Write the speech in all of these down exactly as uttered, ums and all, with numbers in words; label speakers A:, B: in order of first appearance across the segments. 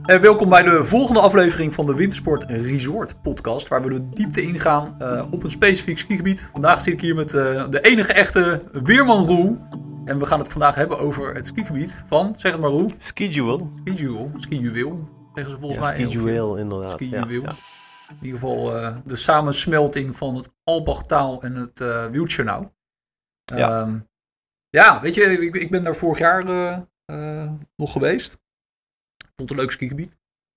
A: En welkom bij de volgende aflevering van de Wintersport Resort podcast, waar we de diepte ingaan uh, op een specifiek skigebied. Vandaag zit ik hier met uh, de enige echte weerman Roel. En we gaan het vandaag hebben over het skigebied van, zeg het maar Roel.
B: Skijuweel.
A: Skijuweel, skijuweel, zeggen ze volgens
B: ja,
A: mij.
B: Skijuweel inderdaad.
A: Skijuweel.
B: Ja, ja.
A: In ieder geval uh, de samensmelting van het Albachtaal en het uh, Wildschönau.
B: Ja.
A: Um, ja, weet je, ik, ik ben daar vorig jaar uh, uh, nog geweest. Ik vond het een leuk skigebied.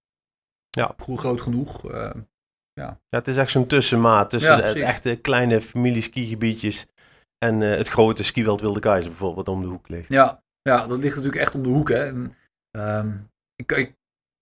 B: Ja.
A: Goed groot genoeg. Uh, ja.
B: ja, het is echt zo'n tussenmaat tussen
A: ja,
B: het echte kleine familieskigebiedjes en uh, het grote skiveld Wilde Keizer bijvoorbeeld om de hoek ligt.
A: Ja, ja, dat ligt natuurlijk echt om de hoek. Hè. En, um, ik, ik,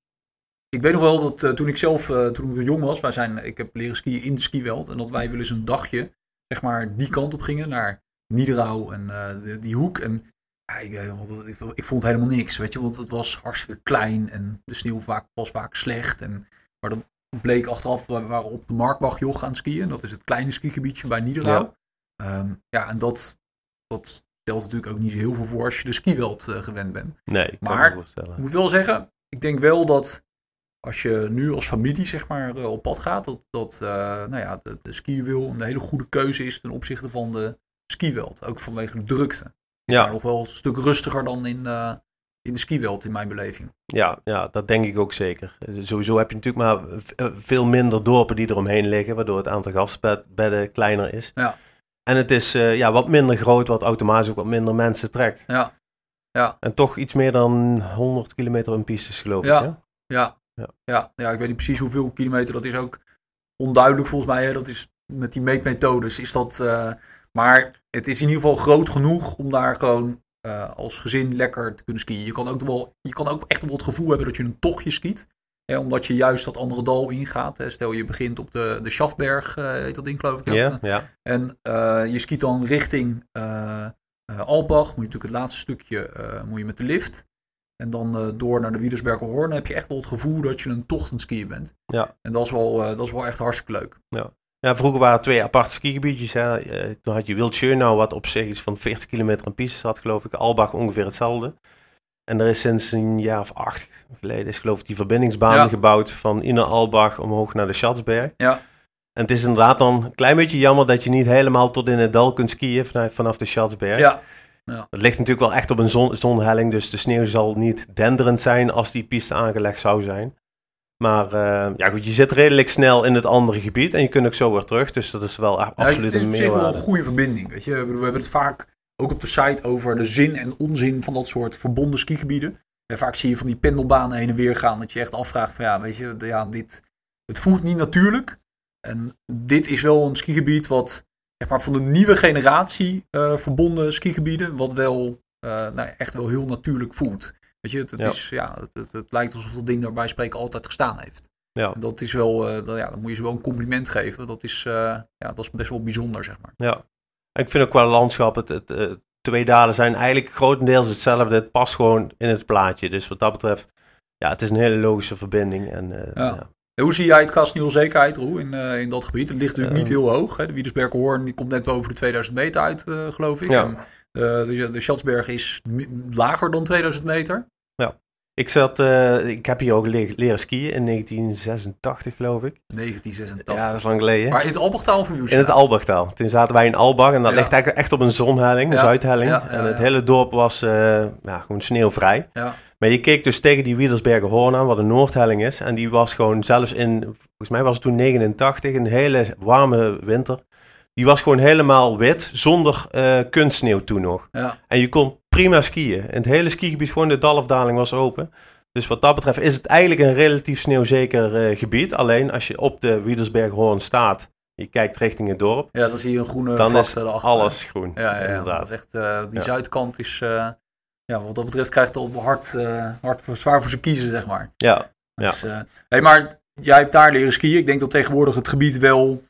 A: ik weet nog wel dat uh, toen ik zelf, uh, toen ik jong was, wij zijn, ik heb leren skiën in het skiveld. En dat wij wel eens een dagje, zeg maar, die kant op gingen naar Niederau en uh, de, die hoek. En ja, ik, ik, ik vond helemaal niks, weet je, want het was hartstikke klein en de sneeuw vaak, was vaak slecht. En, maar dat bleek achteraf, we waren op de Markbachjoch aan het skiën. Dat is het kleine skigebiedje bij Niederau. Ja, um, ja en dat, dat stelt natuurlijk ook niet zo heel veel voor als je de skiveld uh, gewend bent.
B: Nee, ik kan
A: maar
B: me voorstellen.
A: Ik moet wel zeggen, ik denk wel dat als je nu als familie zeg maar uh, op pad gaat, dat, dat uh, nou ja, de, de skiwiel een hele goede keuze is ten opzichte van de skiweld. Ook vanwege de drukte. Is
B: ja.
A: daar nog wel een stuk rustiger dan in, uh, in de skiweld in mijn beleving.
B: Ja, ja, dat denk ik ook zeker. Sowieso heb je natuurlijk maar veel minder dorpen die eromheen liggen, waardoor het aantal gastbedden kleiner is.
A: Ja.
B: En het is uh, ja, wat minder groot, wat automatisch ook wat minder mensen trekt.
A: Ja. Ja.
B: En toch iets meer dan honderd kilometer in pistes, geloof
A: ja.
B: ik. Hè?
A: Ja. Ja. Ja. Ja, ik weet niet precies hoeveel kilometer, dat is ook onduidelijk volgens mij. Hè. Dat is met die meetmethodes is dat. Uh, maar het is in ieder geval groot genoeg om daar gewoon uh, als gezin lekker te kunnen skiën. Je kan ook wel, je kan ook echt wel het gevoel hebben dat je een tochtje skiet. Hè, omdat je juist dat andere dal ingaat. Hè. Stel je begint op de, de Schafberg, uh, heet dat ding geloof ik.
B: Ja, ja.
A: En uh, je skiet dan richting uh, uh, Albach. Moet je natuurlijk het laatste stukje uh, moet je met de lift. En dan uh, door naar de Wiedersberger Hoorn heb je echt wel het gevoel dat je een tocht aan het skiën bent.
B: Ja.
A: En dat is wel, uh, dat is wel echt hartstikke leuk.
B: Ja. Ja, vroeger waren er twee aparte skigebiedjes. Hè. Uh, toen had je Wildschönau, wat op zich iets van veertig kilometer aan pistes had, geloof ik. Albach ongeveer hetzelfde. En er is sinds een jaar of acht geleden, is geloof ik, die verbindingsbaan ja. gebouwd van Inner Albach omhoog naar de Schatzberg.
A: Ja.
B: En het is inderdaad dan een klein beetje jammer dat je niet helemaal tot in het dal kunt skiën vanaf, vanaf de Schatzberg.
A: Ja. Ja.
B: Het ligt natuurlijk wel echt op een zon, zonhelling, dus de sneeuw zal niet denderend zijn als die piste aangelegd zou zijn. Maar uh, ja goed, je zit redelijk snel in het andere gebied en je kunt ook zo weer terug, dus dat is wel ja, absoluut een meerwaarde. Het is
A: wel een goede verbinding, weet je. We hebben het vaak ook op de site over de zin en onzin van dat soort verbonden skigebieden. En vaak zie je van die pendelbanen heen en weer gaan, dat je echt afvraagt van ja, weet je, ja, dit, het voelt niet natuurlijk. En dit is wel een skigebied wat zeg maar van de nieuwe generatie uh, verbonden skigebieden, wat wel uh, nou, echt wel heel natuurlijk voelt. Weet je, het, het, ja. Is, ja, het, het, het lijkt alsof dat ding daar bij spreken altijd gestaan heeft.
B: Ja.
A: En dat is wel, uh, dat, ja, dan moet je ze wel een compliment geven. Dat is, uh, ja, dat is best wel bijzonder, zeg maar.
B: Ja, ik vind ook qua landschap, het, het, het twee dalen zijn eigenlijk grotendeels hetzelfde. Het past gewoon in het plaatje. Dus wat dat betreft, ja, het is een hele logische verbinding. En, uh,
A: ja.
B: Ja.
A: En hoe zie jij het qua sneeuwzekerheid, Roel, in, uh, in dat gebied? Het ligt natuurlijk uh, niet heel hoog. Hè? De Wiedersberger Hoorn die komt net boven de tweeduizend meter uit, uh, geloof ik.
B: Ja.
A: En, uh, de, de Schatzberg is m- lager dan tweeduizend meter.
B: Ja. Ik, zat, uh, ik heb hier ook le- leren skiën in negentien zesentachtig, geloof ik.
A: negentien zesentachtig.
B: Ja, dat is lang geleden.
A: Maar in het Albachtaal of in
B: In het Albachtaal. Toen zaten wij in Albach en dat ja. ligt eigenlijk echt op een zonhelling, een ja. zuidhelling. Ja, ja, en het ja. hele dorp was uh, ja, gewoon sneeuwvrij.
A: Ja.
B: Maar je keek dus tegen die Wiedersberger Hoorn aan, wat een noordhelling is. En die was gewoon zelfs in, volgens mij was het toen negenentachtig, een hele warme winter. Die was gewoon helemaal wit, zonder uh, kunstsneeuw toen nog.
A: Ja.
B: En je kon prima skiën. In het hele skigebied, gewoon de dalafdaling was open. Dus wat dat betreft is het eigenlijk een relatief sneeuwzeker uh, gebied. Alleen als je op de Wiedersberger Hoorn staat, je kijkt richting het dorp.
A: Ja, dan zie je een groene
B: dan
A: vlakte
B: is
A: erachter.
B: alles groen.
A: Ja, ja, ja. Dat is echt, uh, die ja. zuidkant is, uh, ja, wat dat betreft krijgt het hard, uh, hard voor, zwaar voor ze kiezen, zeg maar.
B: Ja.
A: Dus,
B: ja.
A: Uh, hey, maar jij hebt daar leren skiën. Ik denk dat tegenwoordig het gebied wel,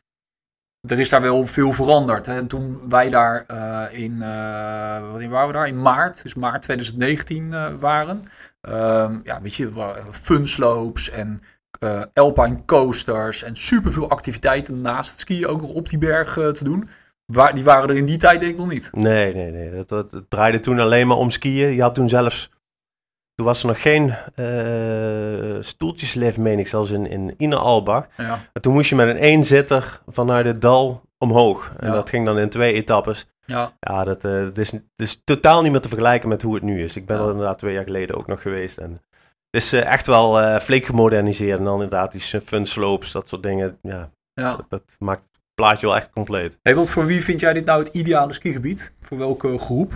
A: er is daar wel veel veranderd. Hè? En toen wij daar uh, in, uh, wanneer waren we daar? In maart, dus maart twintig negentien uh, waren. Um, ja, weet je, funslopes en uh, alpine coasters en superveel activiteiten naast het skiën ook nog op die berg uh, te doen. Waar, die waren er in die tijd denk ik nog niet.
B: Nee, nee, nee. Dat, dat, het draaide toen alleen maar om skiën. Je had toen zelfs Toen was er nog geen uh, stoeltjeslift, meen ik, zelfs in, in Inneralbach.
A: Ja.
B: En toen moest je met een eenzitter vanuit het dal omhoog. En
A: Ja.
B: dat ging dan in twee etappes.
A: Ja,
B: Ja, dat, uh, dat is, het is totaal niet meer te vergelijken met hoe het nu is. Ik ben
A: Ja.
B: er inderdaad twee jaar geleden ook nog geweest. En het is uh, echt wel uh, flink gemoderniseerd. En dan inderdaad die fun slopes, dat soort dingen. Ja,
A: ja.
B: dat, dat maakt het plaatje wel echt compleet.
A: Hey, want voor wie vind jij dit nou het ideale skigebied? Voor welke groep?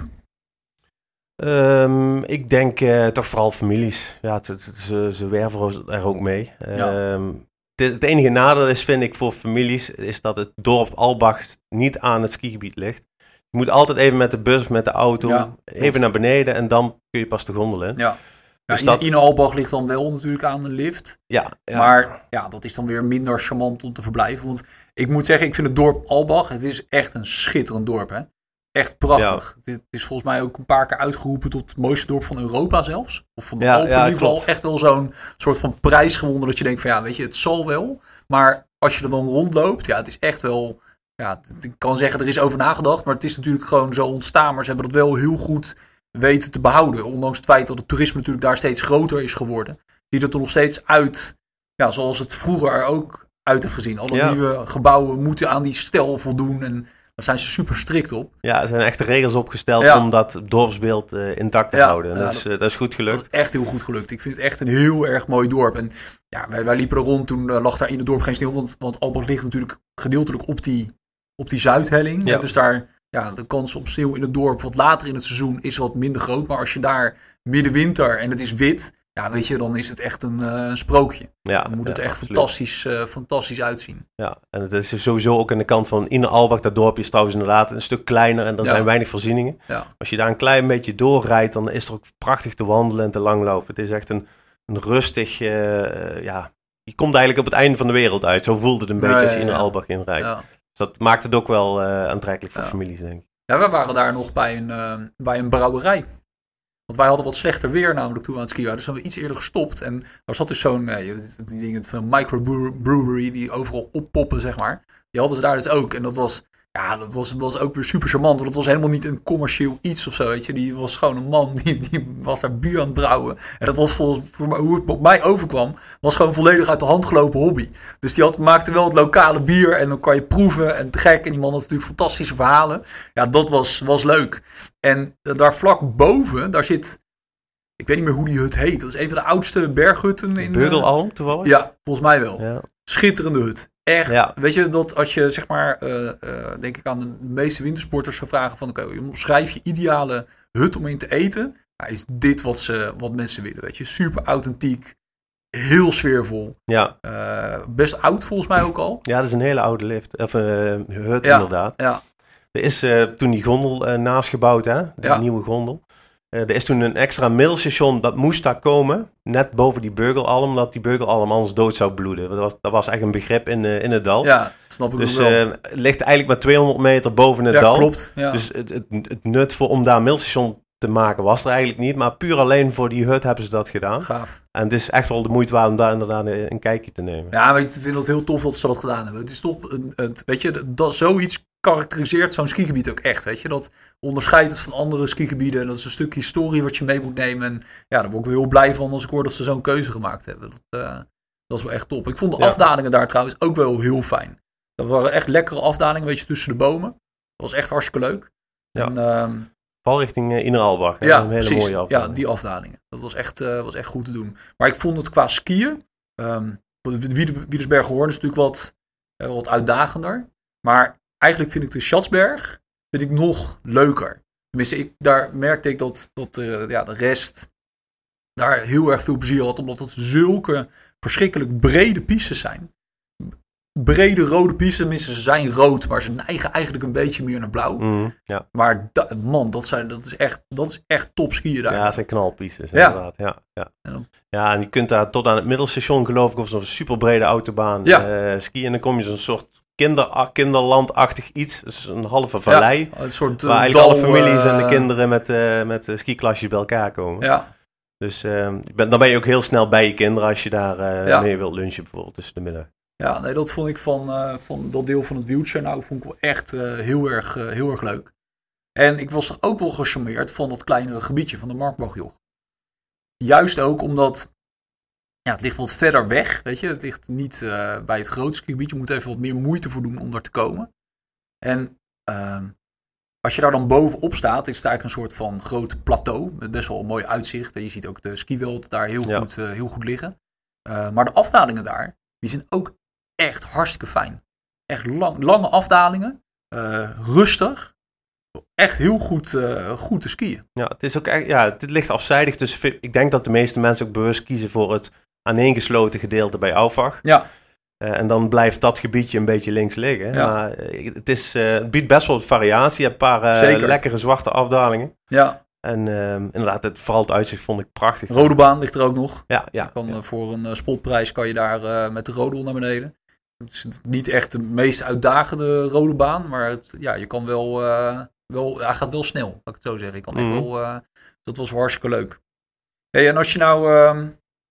B: Um, ik denk uh, toch vooral families. Ja, het, het, ze, ze werven er ook mee.
A: Ja.
B: Um, het, het enige nadeel is, vind ik, voor families, is dat het dorp Albach niet aan het skigebied ligt. Je moet altijd even met de bus of met de auto
A: Ja,
B: even
A: klopt.
B: naar beneden en dan kun je pas de gondel in.
A: Ja. Ja,
B: Dus
A: in,
B: dat-
A: in Albach ligt dan wel natuurlijk aan de lift.
B: Ja, ja.
A: Maar ja, dat is dan weer minder charmant om te verblijven. Want ik moet zeggen, ik vind het dorp Albach, het is echt een schitterend dorp. Hè? Echt prachtig. Het, is, het is volgens mij ook een paar keer uitgeroepen tot het mooiste dorp van Europa zelfs. Of van de
B: Ja,
A: Alpen
B: ja,
A: in ieder geval.
B: klopt.
A: Echt wel zo'n soort van prijs gewonnen dat je denkt van ja, weet je, het zal wel. Maar als je er dan rondloopt, ja, het is echt wel... Ja, ik kan zeggen, er is over nagedacht. Maar het is natuurlijk gewoon zo ontstaan. Maar ze hebben dat wel heel goed weten te behouden. Ondanks het feit dat het toerisme natuurlijk daar steeds groter is geworden. Ziet het er nog steeds uit, ja, zoals het vroeger er ook uit heeft gezien. Alle
B: Ja.
A: nieuwe gebouwen moeten aan die stijl voldoen. En daar zijn ze super strikt op.
B: Ja, er zijn echte regels opgesteld
A: Ja.
B: om dat dorpsbeeld uh, intact te
A: Ja,
B: houden. En
A: ja,
B: dat, is, uh, dat is goed
A: Dat
B: gelukt.
A: is echt heel goed gelukt. Ik vind het echt een heel erg mooi dorp. En ja, wij, wij liepen er rond, toen uh, lag daar in het dorp geen sneeuw. Want, want Albach ligt natuurlijk gedeeltelijk op die, op die zuidhelling.
B: Ja.
A: Ja, dus daar, ja, de kans op sneeuw in het dorp wat later in het seizoen is wat minder groot. Maar als je daar middenwinter en het is wit, ja, weet je, dan is het echt een, uh, een sprookje.
B: Ja,
A: Dan moet
B: ja,
A: het echt
B: absoluut.
A: fantastisch, uh, fantastisch uitzien.
B: Ja, en het is sowieso ook aan de kant van Inneralbach. Dat dorpje is trouwens inderdaad een stuk kleiner en er
A: Ja.
B: zijn weinig voorzieningen.
A: Ja.
B: Als je daar een klein beetje doorrijdt, dan is er ook prachtig te wandelen en te langlopen. Het is echt een, een rustig, uh, ja, je komt eigenlijk op het einde van de wereld uit. Zo voelde het een beetje
A: Ja,
B: als je
A: ja, ja.
B: Inneralbach inrijdt.
A: Ja.
B: Dus dat maakt het ook wel uh, aantrekkelijk voor
A: Ja.
B: families, denk ik.
A: Ja, we waren daar nog bij een, uh, bij een brouwerij. Want wij hadden wat slechter weer namelijk toen we aan het skiën waren. Dus hebben we iets eerder gestopt. En daar zat dus zo'n, uh, die dingen van microbrewery die overal oppoppen, zeg maar. Die hadden ze daar dus ook. En dat was, ja, dat was, was ook weer super charmant. Want het was helemaal niet een commercieel iets of zo, weet je. Die was gewoon een man, die, die was daar bier aan het brouwen. En dat was volgens voor mij, hoe het op mij overkwam, was gewoon volledig uit de hand gelopen hobby. Dus die had, maakte wel het lokale bier en dan kan je proeven en te gek. En die man had natuurlijk fantastische verhalen. Ja, dat was, was leuk. En daar vlak boven, daar zit, ik weet niet meer hoe die hut heet. Dat is een van de oudste berghutten in...
B: Beugelalm toevallig?
A: Ja, volgens mij wel.
B: Ja.
A: Schitterende hut. Echt.
B: Ja.
A: Weet je, dat als je zeg maar, uh, uh, denk ik aan de meeste wintersporters zou vragen van, oké, okay, schrijf je ideale hut om in te eten. Ja, is dit wat, ze, wat mensen willen, weet je. Super authentiek. Heel sfeervol.
B: Ja.
A: Uh, best oud volgens mij ook al.
B: Ja, dat is een hele oude lift. Of uh, hut
A: ja.
B: inderdaad.
A: Ja.
B: Er is uh, toen die gondel uh, naast gebouwd, hè? De
A: ja.
B: nieuwe gondel. Uh, er is toen een extra middelstation, dat moest daar komen. Net boven die Beugelalm, dat die Beugelalm anders dood zou bloeden. Dat was, dat was echt een begrip in, uh, in het dal.
A: Ja, snap ik
B: dus,
A: wel.
B: Uh, het ligt eigenlijk maar tweehonderd meter boven het
A: ja,
B: dal.
A: Klopt, ja,
B: dus het, het, het nut voor, om daar een middelstation te maken was er eigenlijk niet. Maar puur alleen voor die hut hebben ze dat gedaan.
A: Gaaf.
B: En het is echt wel de moeite waard om daar inderdaad een, een kijkje te nemen.
A: Ja, maar ik vind het heel tof dat ze dat gedaan hebben. Het is toch, een, het, weet je, dat zoiets karakteriseert zo'n skigebied ook echt, weet je. Dat onderscheidt het van andere skigebieden. En dat is een stuk historie wat je mee moet nemen. En ja, daar word ik weer heel blij van als ik hoor dat ze zo'n keuze gemaakt hebben. Dat, uh, dat is wel echt top. Ik vond de
B: ja.
A: afdalingen daar trouwens ook wel heel fijn. Dat waren echt lekkere afdalingen, weet je, tussen de bomen. Dat was echt hartstikke leuk.
B: Ja.
A: En, uh,
B: Val richting uh, Inneralbach.
A: Ja,
B: een hele
A: precies.
B: mooie afdaling.
A: Ja, die afdalingen. Dat was echt, uh, was echt goed te doen. Maar ik vond het qua skiën. Um, de Wiedersbergenhoorn is natuurlijk wat, uh, wat uitdagender. Maar eigenlijk vind ik de Schatzberg vind ik nog leuker. Tenminste, ik, daar merkte ik dat, dat uh, ja, de rest daar heel erg veel plezier had. Omdat het zulke verschrikkelijk brede pistes zijn. Brede rode pistes, tenminste ze zijn rood, maar ze neigen eigenlijk een beetje meer naar blauw.
B: Mm, ja.
A: Maar da, man, dat, zijn, dat, is echt, dat is echt top skiën daar.
B: Ja, het zijn knalpistes
A: Ja.
B: inderdaad. Ja, ja.
A: En dan,
B: ja, en je kunt daar tot aan het middelstation geloof ik, of zo'n superbrede autobaan
A: Ja.
B: uh, skiën. En dan kom je zo'n soort kinder, kinderlandachtig iets. Dus een halve vallei.
A: Ja, een soort uh,
B: waar eigenlijk
A: dal,
B: alle families
A: uh,
B: en de kinderen met, uh, met uh, skiklasjes bij elkaar komen.
A: Ja.
B: Dus uh, dan ben je ook heel snel bij je kinderen als je daar uh,
A: Ja.
B: mee wilt lunchen bijvoorbeeld tussen de middag.
A: Ja, nee, dat vond ik van, uh, van dat deel van het wheelchair nou vond ik wel echt uh, heel, erg, uh, heel erg leuk. En ik was ook wel gecharmeerd van dat kleinere gebiedje van de Markbachjoch. juist ook omdat ja, het ligt wat verder weg. Weet je? Het ligt niet uh, bij het grote skigebied. Je moet even wat meer moeite voor doen om daar te komen. En uh, als je daar dan bovenop staat, is het eigenlijk een soort van groot plateau. Met best wel een mooi uitzicht. En je ziet ook de skiweld daar heel, ja. goed, uh, heel goed liggen. Uh, maar de afdalingen daar, die zijn ook echt hartstikke fijn. Echt lang, lange afdalingen. Uh, rustig. Echt heel goed, uh, goed te skiën.
B: Ja, het is ook echt, ja, het ligt afzijdig. Dus ik denk dat de meeste mensen ook bewust kiezen voor het aaneengesloten gedeelte bij Aufach.
A: Ja.
B: Uh, en dan blijft dat gebiedje een beetje links liggen. Ja. Maar uh, het, is, uh, het biedt best wel variatie. Je hebt een paar uh, lekkere zwarte afdalingen.
A: Ja.
B: En uh, inderdaad, het, vooral het uitzicht vond ik prachtig.
A: Rode baan ligt er ook nog.
B: Ja, ja.
A: Je kan,
B: ja.
A: Uh, voor een uh, spotprijs kan je daar uh, met de rodel naar beneden. Het is niet echt de meest uitdagende rode baan. Maar het, ja, je kan wel... Uh, wel hij gaat wel snel, laat ik het zo zeggen. Ik kan echt mm-hmm. wel... Uh, dat was hartstikke leuk. Hey, en als je nou... Uh,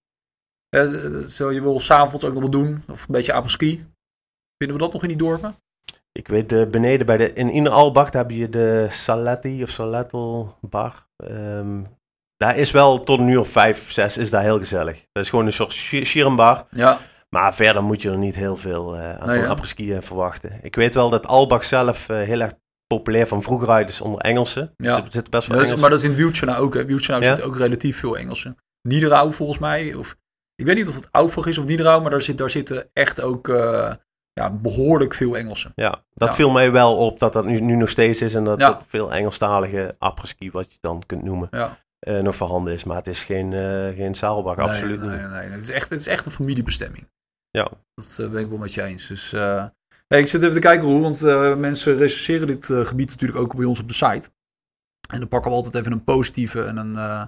A: Zo, je wil s'avonds ook nog wat doen, of een beetje apres-ski. Vinden we dat nog in die dorpen?
B: Ik weet, de, beneden bij de, in Inneralbach, daar heb je de Saletti of Salettel bar. Um, daar is wel tot een uur of vijf, zes is daar heel gezellig. Dat is gewoon een soort schirmbar.
A: Ja.
B: Maar verder moet je er niet heel veel uh, aan
A: nee,
B: van
A: ja.
B: apres-ski uh, verwachten. Ik weet wel dat Albach zelf uh, heel erg populair van vroeger uit is onder Engelsen.
A: Ja.
B: Dus er zit best wel
A: dat is,
B: Engelsen.
A: maar dat is in Wieltjena ook. Wieltjena
B: ja?
A: zit ook relatief veel Engelsen. Niederau volgens mij, of... Ik weet niet of het Aufach is of Niederau, maar daar, zit, daar zitten echt ook uh, ja, behoorlijk veel Engelsen.
B: Ja, dat
A: ja.
B: viel mij wel op dat dat nu, nu nog steeds is en dat
A: ja.
B: ook veel Engelstalige apres-ski, wat je dan kunt noemen,
A: ja.
B: uh, nog voorhanden is. Maar het is geen, uh, geen zaalbak,
A: nee,
B: absoluut
A: nee,
B: niet.
A: Nee, nee, nee. Het, is echt, het is echt een familiebestemming.
B: Ja.
A: Dat uh, ben ik wel met je eens. Dus, uh, hey, ik zit even te kijken hoe, want uh, mensen recenseren dit uh, gebied natuurlijk ook bij ons op de site. En dan pakken we altijd even een positieve en een uh,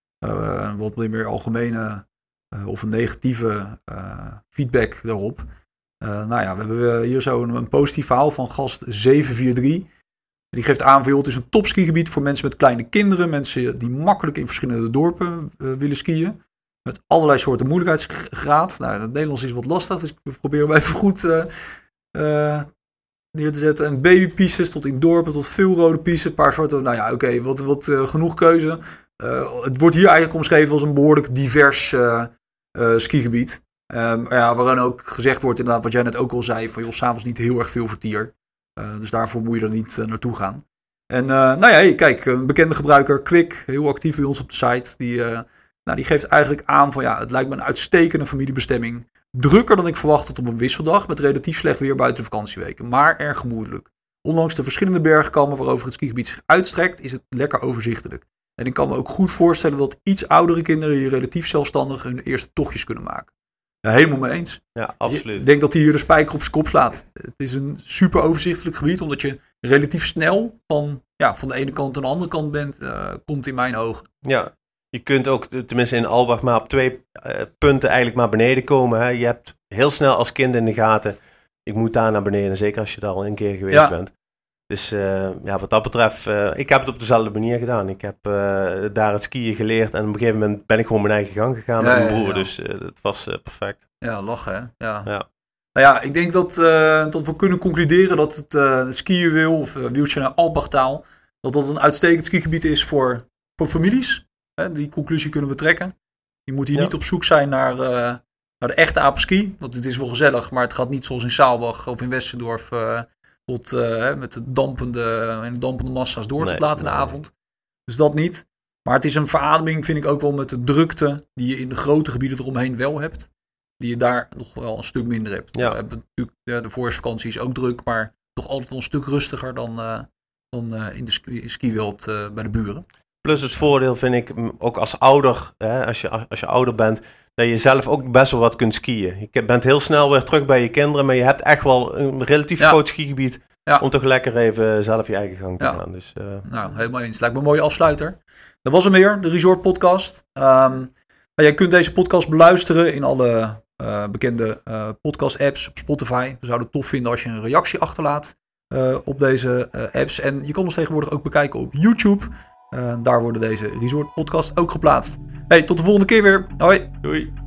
A: uh, wat meer algemene... Uh, of een negatieve uh, feedback daarop. Uh, nou ja, we hebben hier zo een, een positief verhaal van gast zeven vier drie. Die geeft aan van, joh, het is een topskigebied voor mensen met kleine kinderen. Mensen die makkelijk in verschillende dorpen uh, willen skiën. Met allerlei soorten moeilijkheidsgraad. Nou, het Nederlands is wat lastig, dus ik probeer hem even goed uh, uh, neer te zetten. En babypieces tot in dorpen, tot veel rode pieces. Een paar soorten, nou ja, oké, okay, wat, wat uh, genoeg keuze. Uh, het wordt hier eigenlijk omschreven als een behoorlijk divers... Uh, Uh, skigebied. Um, ja, waarin ook gezegd wordt, inderdaad, wat jij net ook al zei, van joh, s'avonds niet heel erg veel vertier. Uh, dus daarvoor moet je er niet uh, naartoe gaan. En uh, nou ja, hey, kijk, een bekende gebruiker, Quick, heel actief bij ons op de site, die, uh, nou, die geeft eigenlijk aan van ja, het lijkt me een uitstekende familiebestemming. Drukker dan ik verwacht had op een wisseldag, met relatief slecht weer buiten de vakantieweken, maar erg gemoedelijk. Ondanks de verschillende bergkammen waarover het skigebied zich uitstrekt, is het lekker overzichtelijk. En ik kan me ook goed voorstellen dat iets oudere kinderen hier relatief zelfstandig hun eerste tochtjes kunnen maken. Ja, helemaal mee eens.
B: Ja, absoluut.
A: Ik denk dat hij hier de spijker op zijn kop slaat. Het is een super overzichtelijk gebied, omdat je relatief snel van, ja, van de ene kant naar de andere kant bent, uh, komt in mijn ogen.
B: Ja, je kunt ook, tenminste in Albach, maar op twee uh, punten eigenlijk maar beneden komen. Hè. Je hebt heel snel als kind in de gaten, ik moet daar naar beneden, zeker als je daar al een keer geweest ja. bent. Dus uh, ja, wat dat betreft, uh, ik heb het op dezelfde manier gedaan. Ik heb uh, daar het skiën geleerd en op een gegeven moment ben ik gewoon mijn eigen gang gegaan ja, met mijn broer. Ja, ja. Dus uh, dat was uh, perfect.
A: Ja, lachen hè. Ja.
B: Ja.
A: Nou ja, ik denk dat, uh, dat we kunnen concluderen dat het uh, skiën wil, of uh, Wieltjena Albachtaal, dat dat een uitstekend skigebied is voor, voor families. Hè, die conclusie kunnen we trekken. Je moet hier ja. niet op zoek zijn naar, uh, naar de echte apres-ski, want het is wel gezellig, maar het gaat niet zoals in Saalbach of in Westendorf... Uh, tot uh, met de dampende, en de dampende massa's door nee, tot laat in de nee. avond. Dus dat niet. Maar het is een verademing, vind ik ook wel, met de drukte die je in de grote gebieden eromheen wel hebt. Die je daar nog wel een stuk minder hebt.
B: Ja.
A: We hebben natuurlijk, ja, de voorjaarsvakantie is ook druk, maar toch altijd wel een stuk rustiger dan, uh, dan uh, in de ski- skiwereld uh, bij de buren.
B: Plus het voordeel vind ik, ook als ouder, hè, als, je, als je ouder bent, dat je zelf ook best wel wat kunt skiën. Je bent heel snel weer terug bij je kinderen, maar je hebt echt wel een relatief ja. groot skigebied ja. om toch lekker even zelf je eigen gang te ja. gaan. Dus, uh...
A: Nou, helemaal eens. Lijkt me een mooie afsluiter. Dat was hem weer, de Resort Podcast. Um, jij kunt deze podcast beluisteren in alle uh, bekende uh, podcast apps op Spotify. We zouden het tof vinden als je een reactie achterlaat uh, op deze uh, apps. En je kan ons tegenwoordig ook bekijken op YouTube. Uh, daar worden deze Resort Podcast ook geplaatst. Hey, tot de volgende keer weer. Hoi.
B: Doei.